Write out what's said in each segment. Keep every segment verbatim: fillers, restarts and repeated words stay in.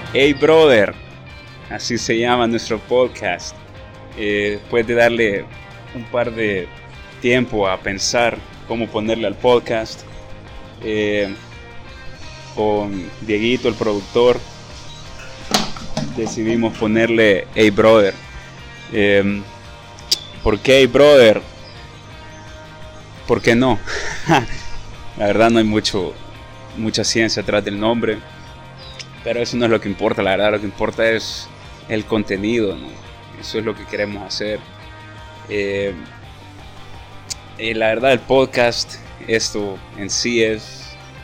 Hey Brother, así se llama nuestro podcast. Eh, después de darle un par de tiempo a pensar cómo ponerle al podcast, eh, con Dieguito, el productor, decidimos ponerle Hey Brother. Eh, ¿Por qué Hey Brother? ¿Por qué no? La verdad no hay mucho, mucha ciencia atrás del nombre. Pero eso no es lo que importa, la verdad lo que importa es el contenido, ¿no? Eso es lo que queremos hacer. Eh, y la verdad el podcast, esto en sí es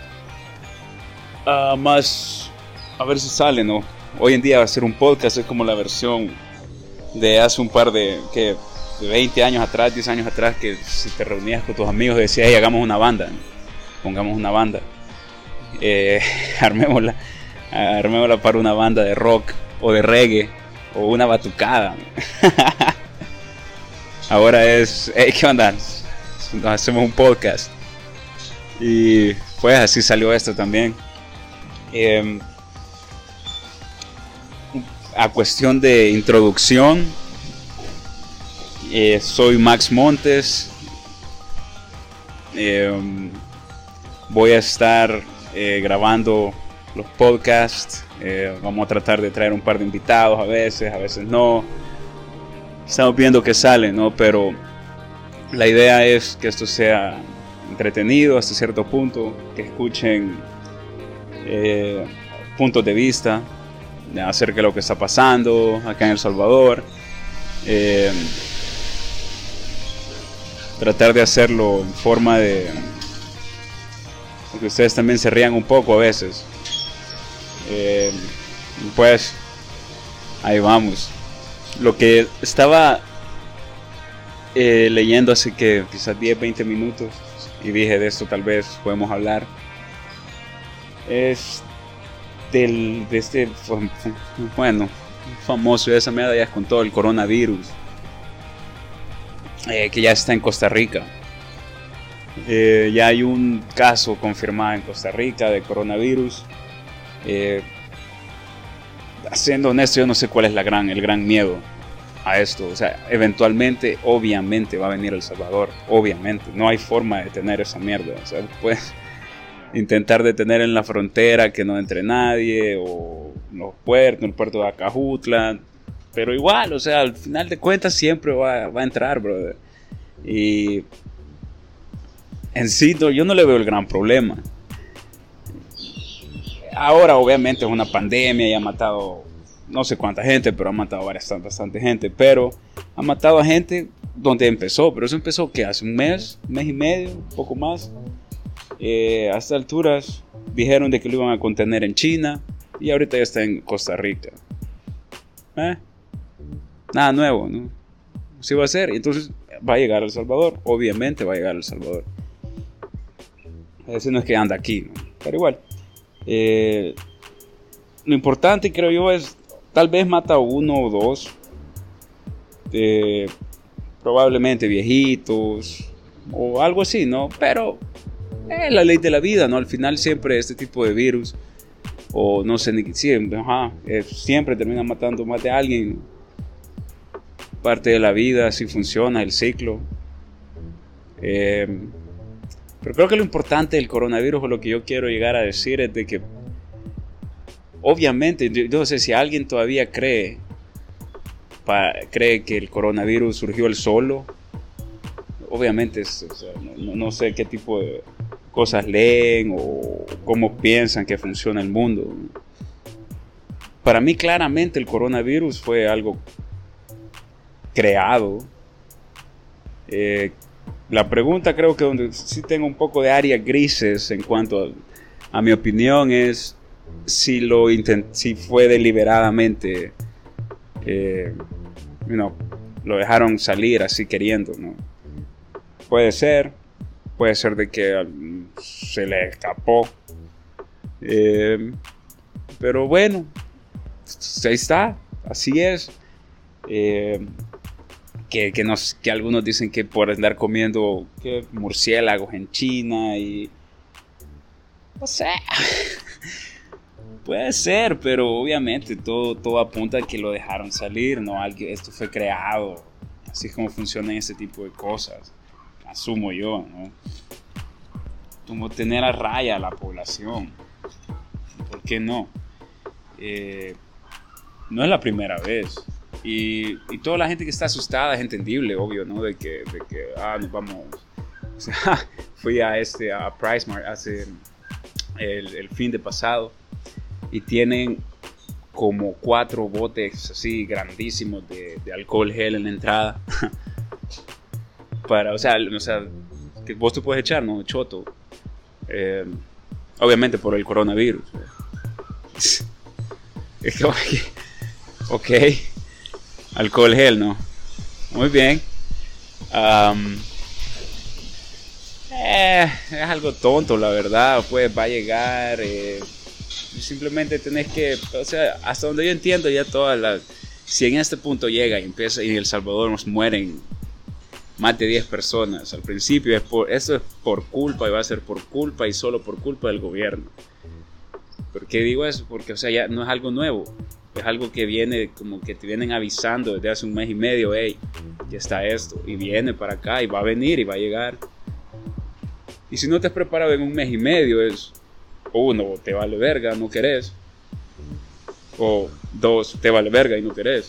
uh, más, a ver si sale, ¿no? Hoy en día va a ser un podcast, es como la versión de hace un par de, ¿qué? de veinte años atrás, diez años atrás, que si te reunías con tus amigos y decías, hey, hagamos una banda, ¿no? Pongamos una banda, eh, armémosla. Armémosla para una banda de rock o de reggae o una batucada. Ahora es, hey, ¿qué onda? Nos hacemos un podcast. Y pues así salió esto también. Eh, a cuestión de introducción, eh, soy Max Montes. Eh, voy a estar eh, grabando los podcasts, eh, vamos a tratar de traer un par de invitados a veces, a veces no. Estamos viendo qué sale, ¿no? Pero la idea es que esto sea entretenido hasta cierto punto, que escuchen eh, puntos de vista acerca de lo que está pasando acá en El Salvador. Eh, tratar de hacerlo en forma de que ustedes también se rían un poco a veces. Eh, pues ahí vamos. Lo que estaba eh, leyendo hace que quizás diez, veinte minutos y dije de esto tal vez podemos hablar es del, de este bueno famoso de esa mierda ya es con todo el coronavirus, eh, que ya está en Costa Rica. Eh, ya hay un caso confirmado en Costa Rica de coronavirus. Eh, siendo honesto, yo no sé cuál es la gran, el gran miedo a esto. O sea, eventualmente, obviamente va a venir El Salvador. Obviamente, no hay forma de detener esa mierda. O sea, puedes intentar detener en la frontera que no entre nadie, o los puertos, el puerto de Acajutla, pero igual, o sea, al final de cuentas siempre va, va a entrar, brother. Y en sí, no, yo no le veo el gran problema. Ahora obviamente es una pandemia y ha matado no sé cuánta gente, pero ha matado bastante, bastante gente, pero ha matado a gente donde empezó, pero eso empezó que hace un mes, un mes y medio, un poco más. Eh, a estas alturas dijeron de que lo iban a contener en China y ahorita ya está en Costa Rica. ¿Eh? Nada nuevo, ¿no? Así va a ser, y entonces va a llegar a El Salvador, obviamente va a llegar a El Salvador. Ese no es que anda aquí, ¿no? Pero igual. Eh, lo importante creo yo es tal vez mata a uno o dos, eh, probablemente viejitos o algo así, ¿no? Pero es eh, la ley de la vida, ¿no? Al final siempre este tipo de virus o no sé ni siempre, ajá, eh, siempre termina matando más de alguien. Parte de la vida, así funciona el ciclo. Eh, Pero creo que lo importante del coronavirus, o lo que yo quiero llegar a decir, es de que obviamente, yo no sé si alguien todavía cree, pa, cree que el coronavirus surgió él solo. Obviamente, es, o sea, no, no sé qué tipo de cosas leen o cómo piensan que funciona el mundo. Para mí claramente el coronavirus fue algo creado. Eh, La pregunta creo que donde sí tengo un poco de áreas grises en cuanto a, a mi opinión es si lo intent, si fue deliberadamente, eh, you know, lo dejaron salir así queriendo, ¿no? Puede ser, puede ser de que se le escapó, eh, pero bueno, ahí está, así es. Eh, Que, que, nos, que algunos dicen que por andar comiendo ¿qué? murciélagos en China y no sé. Puede ser, pero obviamente todo, todo apunta a que lo dejaron salir, ¿no? Alguien, esto fue creado, así es como funcionan ese tipo de cosas, asumo yo, ¿no? Como tener a raya a la población, ¿por qué no? Eh, no es la primera vez, y, y toda la gente que está asustada es entendible, obvio, ¿no? De que, de que ah, nos vamos, o sea, fui a este, a PriceMart hace el, el fin de pasado, y tienen como cuatro botes así grandísimos de, de alcohol gel en la entrada. Para, o sea, o sea, que vos te puedes echar, ¿no? Choto. Eh, obviamente por el coronavirus. Es que, ok. Alcohol gel, ¿no? Muy bien. Um, eh, es algo tonto, la verdad. Pues va a llegar... Eh, simplemente tenés que, o sea, hasta donde yo entiendo ya todas las, si en este punto llega y empieza y en El Salvador nos mueren más de diez personas al principio, es por, eso es por culpa y va a ser por culpa y solo por culpa del gobierno. ¿Por qué digo eso? Porque, o sea, ya no es algo nuevo, es algo que viene, como que te vienen avisando desde hace un mes y medio, hey, ya está esto, y viene para acá y va a venir y va a llegar. Y si no te has preparado en un mes y medio es... uno, te vale verga, no querés. O dos, te vale verga y no querés.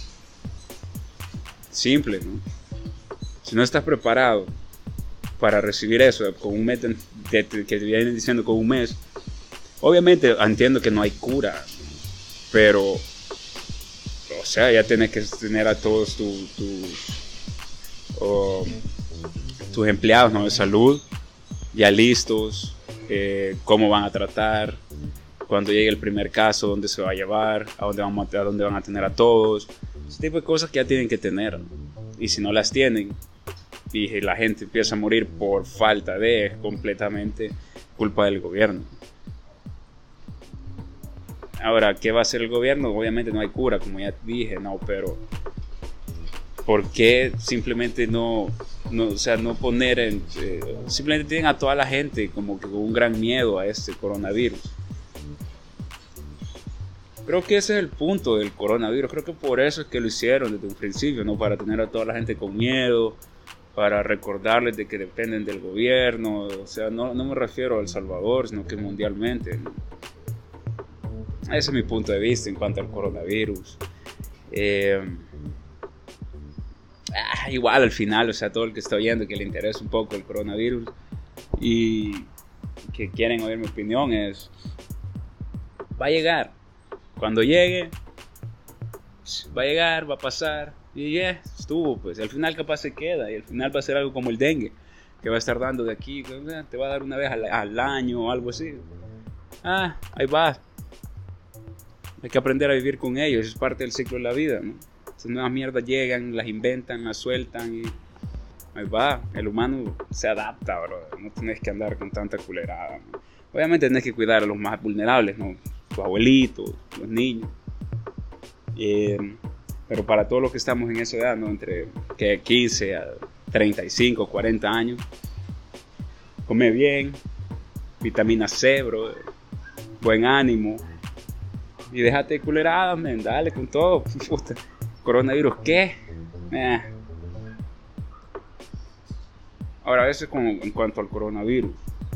Simple, ¿no? Si no estás preparado para recibir eso con un mes de, de, de, que te vienen diciendo con un mes, obviamente entiendo que no hay cura, pero o sea, ya tienes que tener a todos tus tu, oh, tus empleados, ¿no? De salud ya listos. Eh, cómo van a tratar, cuando llegue el primer caso, dónde se va a llevar, a dónde, vamos a, a dónde van a tener a todos, ese tipo de cosas que ya tienen que tener, ¿no? Y si no las tienen y la gente empieza a morir por falta de, es completamente culpa del gobierno. Ahora, ¿qué va a hacer el gobierno? Obviamente no hay cura, como ya dije, no, pero ¿por qué simplemente no, no, o sea, no poner en, eh, simplemente tienen a toda la gente como que con un gran miedo a este coronavirus? Creo que ese es el punto del coronavirus, creo que por eso es que lo hicieron desde un principio, ¿no? Para tener a toda la gente con miedo, para recordarles de que dependen del gobierno, o sea, no, no me refiero a El Salvador, sino que mundialmente, ¿no? Ese es mi punto de vista en cuanto al coronavirus. Eh, ah, igual al final, o sea, todo el que está oyendo que le interesa un poco el coronavirus y que quieren oír mi opinión es, va a llegar. Cuando llegue, va a llegar, va a pasar y ya, yeah, estuvo, pues al final capaz se queda y al final va a ser algo como el dengue, que va a estar dando de aquí, te va a dar una vez al, al año o algo así. Ah, ahí va. Hay que aprender a vivir con ellos, es parte del ciclo de la vida, ¿no? Esas nuevas mierdas llegan, las inventan, las sueltan y ahí va. El humano se adapta, bro. No tenés que andar con tanta culerada, ¿no? Obviamente tenés que cuidar a los más vulnerables, ¿no? Tus abuelitos, los niños. Eh, pero para todos los que estamos en esa edad, ¿no? Entre que quince a treinta y cinco, cuarenta años, come bien, vitamina C, bro, buen ánimo. Y déjate de culeradas, men, dale con todo. Puta, coronavirus, ¿qué? Eh. Ahora, eso es con, en cuanto al coronavirus.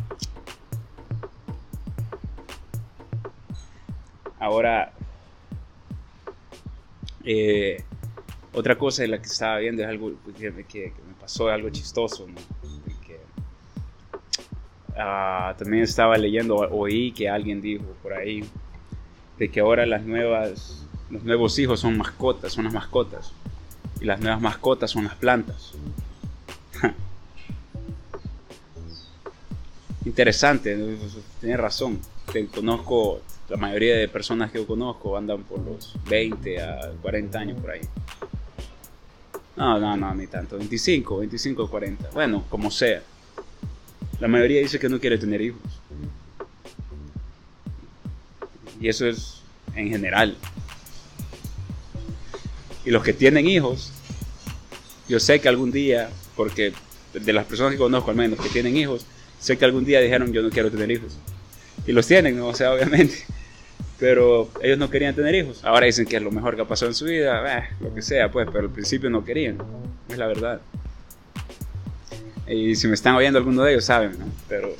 Ahora, eh, otra cosa de la que estaba viendo es algo que, que, que me pasó, algo chistoso, ¿no? Que, uh, también estaba leyendo, oí que alguien dijo por ahí de que ahora las nuevas, los nuevos hijos son mascotas, son las mascotas, y las nuevas mascotas son las plantas. Interesante, tienes razón. Te conozco, la mayoría de personas que yo conozco andan por los veinte a cuarenta años por ahí. No, no, no, ni tanto, veinticinco, veinticinco, cuarenta, bueno, como sea. La mayoría dice que no quiere tener hijos. Y eso es en general. Y los que tienen hijos, yo sé que algún día, porque de las personas que conozco al menos que tienen hijos, sé que algún día dijeron yo no quiero tener hijos. Y los tienen, ¿no? O sea, obviamente. Pero ellos no querían tener hijos. Ahora dicen que es lo mejor que ha pasado en su vida, eh, lo que sea, pues, pero al principio no querían. Es la verdad. Y si me están oyendo alguno de ellos, saben, ¿no? Pero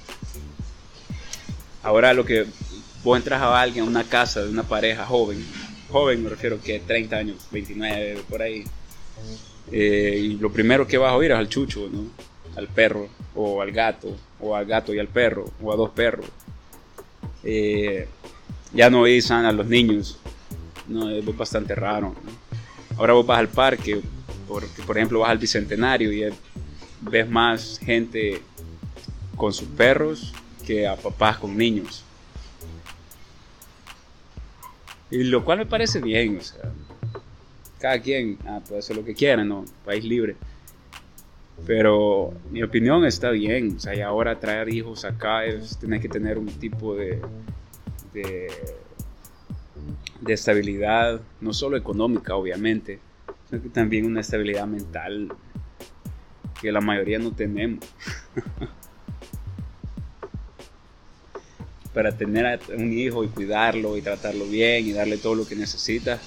ahora lo que vos entras a alguien a una casa de una pareja joven, joven me refiero que treinta años, veintinueve, por ahí, eh, y lo primero que vas a oír es al chucho, ¿no? Al perro, o al gato, o al gato y al perro, o a dos perros. Eh, ya no oís a los niños, no, es bastante raro, ¿no? Ahora vos vas al parque, porque, por ejemplo vas al Bicentenario y ves más gente con sus perros que a papás con niños. Y lo cual me parece bien, o sea, cada quien ah, puede hacer lo que quiera, ¿no? País libre. Pero mi opinión está bien, o sea, y ahora traer hijos acá es tener que tener un tipo de, de, de estabilidad, no solo económica, obviamente, sino que también una estabilidad mental que la mayoría no tenemos. Para tener un hijo y cuidarlo y tratarlo bien y darle todo lo que necesita,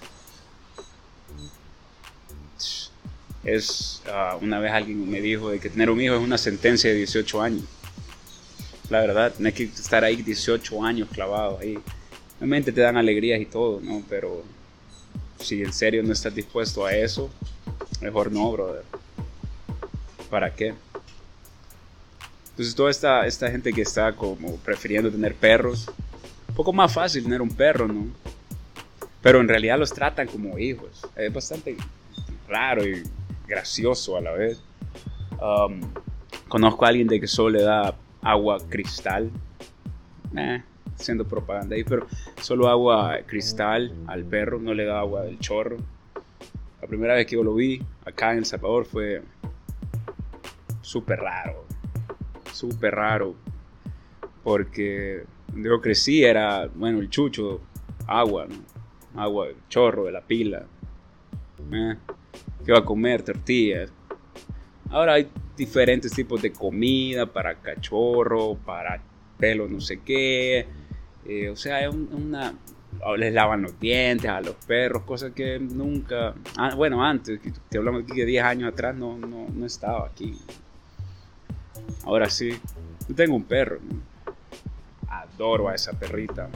es, uh, una vez alguien me dijo de que tener un hijo es una sentencia de dieciocho años. La verdad, no hay que estar ahí dieciocho años clavado ahí. Obviamente te dan alegrías y todo, ¿no? Pero si en serio no estás dispuesto a eso, mejor no, brother. ¿Para qué? Entonces toda esta, esta gente que está como prefiriendo tener perros, un poco más fácil tener un perro, ¿no? Pero en realidad los tratan como hijos. Es bastante raro y gracioso a la vez. Um, conozco a alguien de que solo le da agua cristal. Eh, haciendo propaganda ahí, pero solo agua cristal al perro, no le da agua del chorro. La primera vez que yo lo vi acá en El Salvador fue súper raro. Súper raro, porque donde yo crecí era, bueno, el chucho, agua, ¿no? Agua, el chorro de la pila, ¿eh? ¿Qué va a comer? Tortillas. Ahora hay diferentes tipos de comida para cachorro, para pelo no sé qué, eh, o sea, es un, una, les lavan los dientes a los perros, cosas que nunca, ah, bueno, antes, te hablamos aquí de diez años atrás, no, no, no estaba aquí. Ahora sí, yo tengo un perro, ¿no? Adoro a esa perrita.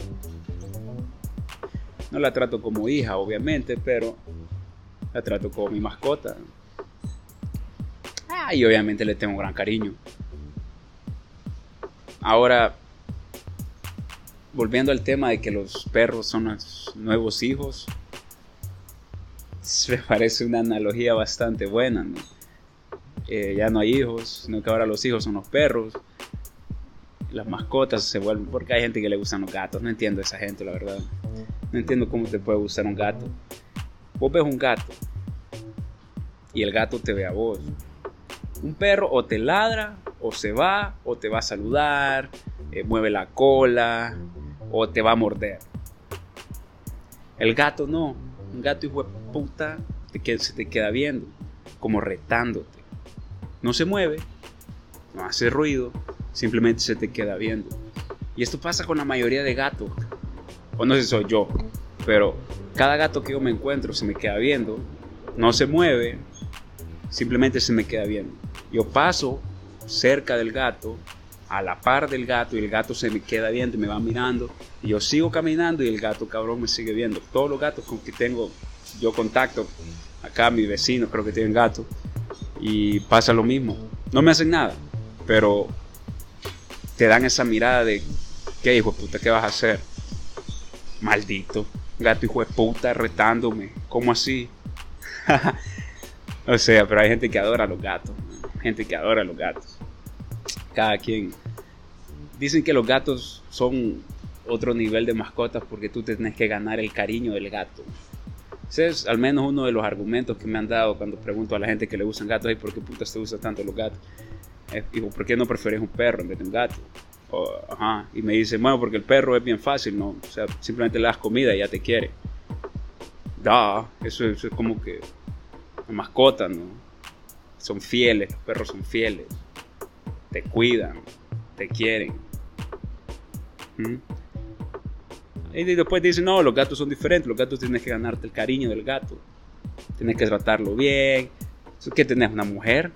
No la trato como hija, obviamente, pero la trato como mi mascota. Ah, y obviamente le tengo un gran cariño. Ahora, volviendo al tema de que los perros son los nuevos hijos, me parece una analogía bastante buena, ¿no? Eh, ya no hay hijos, sino que ahora los hijos son los perros. Las mascotas se vuelven, porque hay gente que le gustan los gatos. No entiendo a esa gente, la verdad. No entiendo cómo te puede gustar un gato. Vos ves un gato y el gato te ve a vos. Un perro o te ladra, o se va, o te va a saludar, eh, mueve la cola, o te va a morder. El gato no. Un gato, hijo de puta, te, se te queda viendo, como retándote. No se mueve, no hace ruido, simplemente se te queda viendo. Y esto pasa con la mayoría de gatos. O no sé si soy yo, pero cada gato que yo me encuentro se me queda viendo, no se mueve, simplemente se me queda viendo. Yo paso cerca del gato, a la par del gato, y el gato se me queda viendo y me va mirando. Y yo sigo caminando y el gato cabrón me sigue viendo. Todos los gatos con que tengo yo contacto, acá mis vecinos creo que tienen gatos, y pasa lo mismo. No me hacen nada, pero te dan esa mirada de ¿qué hijo de puta? ¿Qué vas a hacer? Maldito gato hijo de puta retándome. ¿Cómo así? O sea, pero hay gente que adora a los gatos. Gente que adora a los gatos. Cada quien. Dicen que los gatos son otro nivel de mascotas porque tú tenés que ganar el cariño del gato. Ese es al menos uno de los argumentos que me han dado cuando pregunto a la gente que le gustan gatos: ¿y por qué putas te gustan tanto los gatos? Eh, digo, ¿por qué no prefieres un perro en vez de un gato? O, ajá. Y me dicen, bueno, porque el perro es bien fácil, ¿no? O sea, simplemente le das comida y ya te quiere. Da, eso, eso es como que una mascota, ¿no? Son fieles, los perros son fieles. Te cuidan, te quieren. ¿Mm? Y después dicen, no, los gatos son diferentes, los gatos tienes que ganarte el cariño del gato, tienes que tratarlo bien. ¿Qué tenés, una mujer?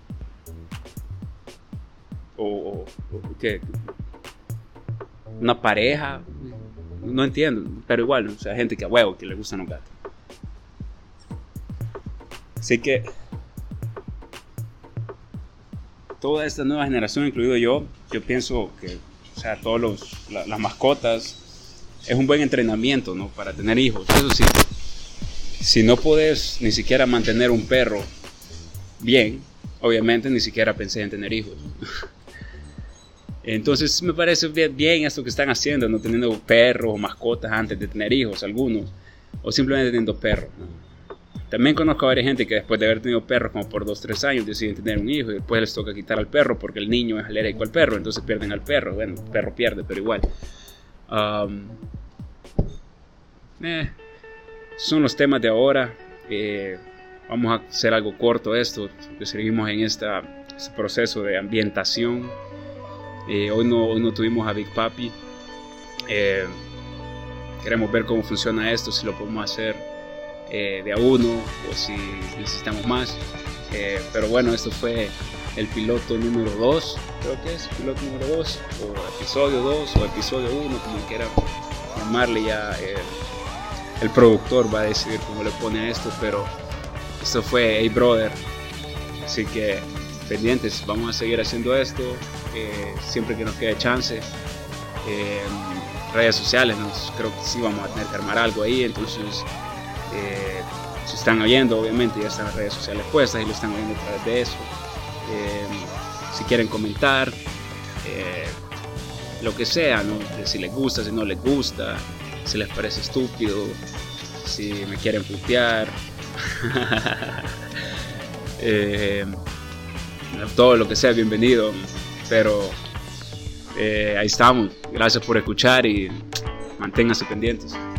¿O, o, o qué? ¿Una pareja? No entiendo, pero igual, o sea, hay gente que a huevo que le gustan los gatos. Así que toda esta nueva generación, incluido yo, yo pienso que, o sea, todos los, la, las mascotas es un buen entrenamiento, ¿no? Para tener hijos. Eso sí, si no puedes ni siquiera mantener un perro bien, obviamente ni siquiera pensé en tener hijos. Entonces me parece bien esto que están haciendo, no teniendo perros o mascotas antes de tener hijos, algunos, o simplemente teniendo perros, ¿no? También conozco a varias gente que después de haber tenido perros como por dos o tres años deciden tener un hijo y después les toca quitar al perro porque el niño es alérgico al perro, entonces pierden al perro. Bueno, el perro pierde, pero igual. Um, eh, son los temas de ahora. Eh, vamos a hacer algo corto esto, que seguimos en esta, este proceso de ambientación. Eh, hoy, no, hoy no tuvimos a Big Papi. Eh, queremos ver cómo funciona esto, si lo podemos hacer eh, de a uno o si necesitamos más. Eh, pero bueno, esto fue el piloto número dos, creo que es piloto número dos, o episodio dos, o episodio uno, como quiera llamarle. Ya eh, el productor va a decidir cómo le pone a esto, pero esto fue Hey Brother. Así que pendientes, vamos a seguir haciendo esto eh, siempre que nos quede chance. Eh, redes sociales, nos, creo que sí vamos a tener que armar algo ahí. Entonces, eh, si están oyendo, obviamente ya están las redes sociales puestas y lo están oyendo a través de eso. Eh, si quieren comentar, eh, lo que sea, ¿no? Si les gusta, si no les gusta, si les parece estúpido, si me quieren putear. eh, todo lo que sea, bienvenido. Pero eh, ahí estamos. Gracias por escuchar y manténganse pendientes.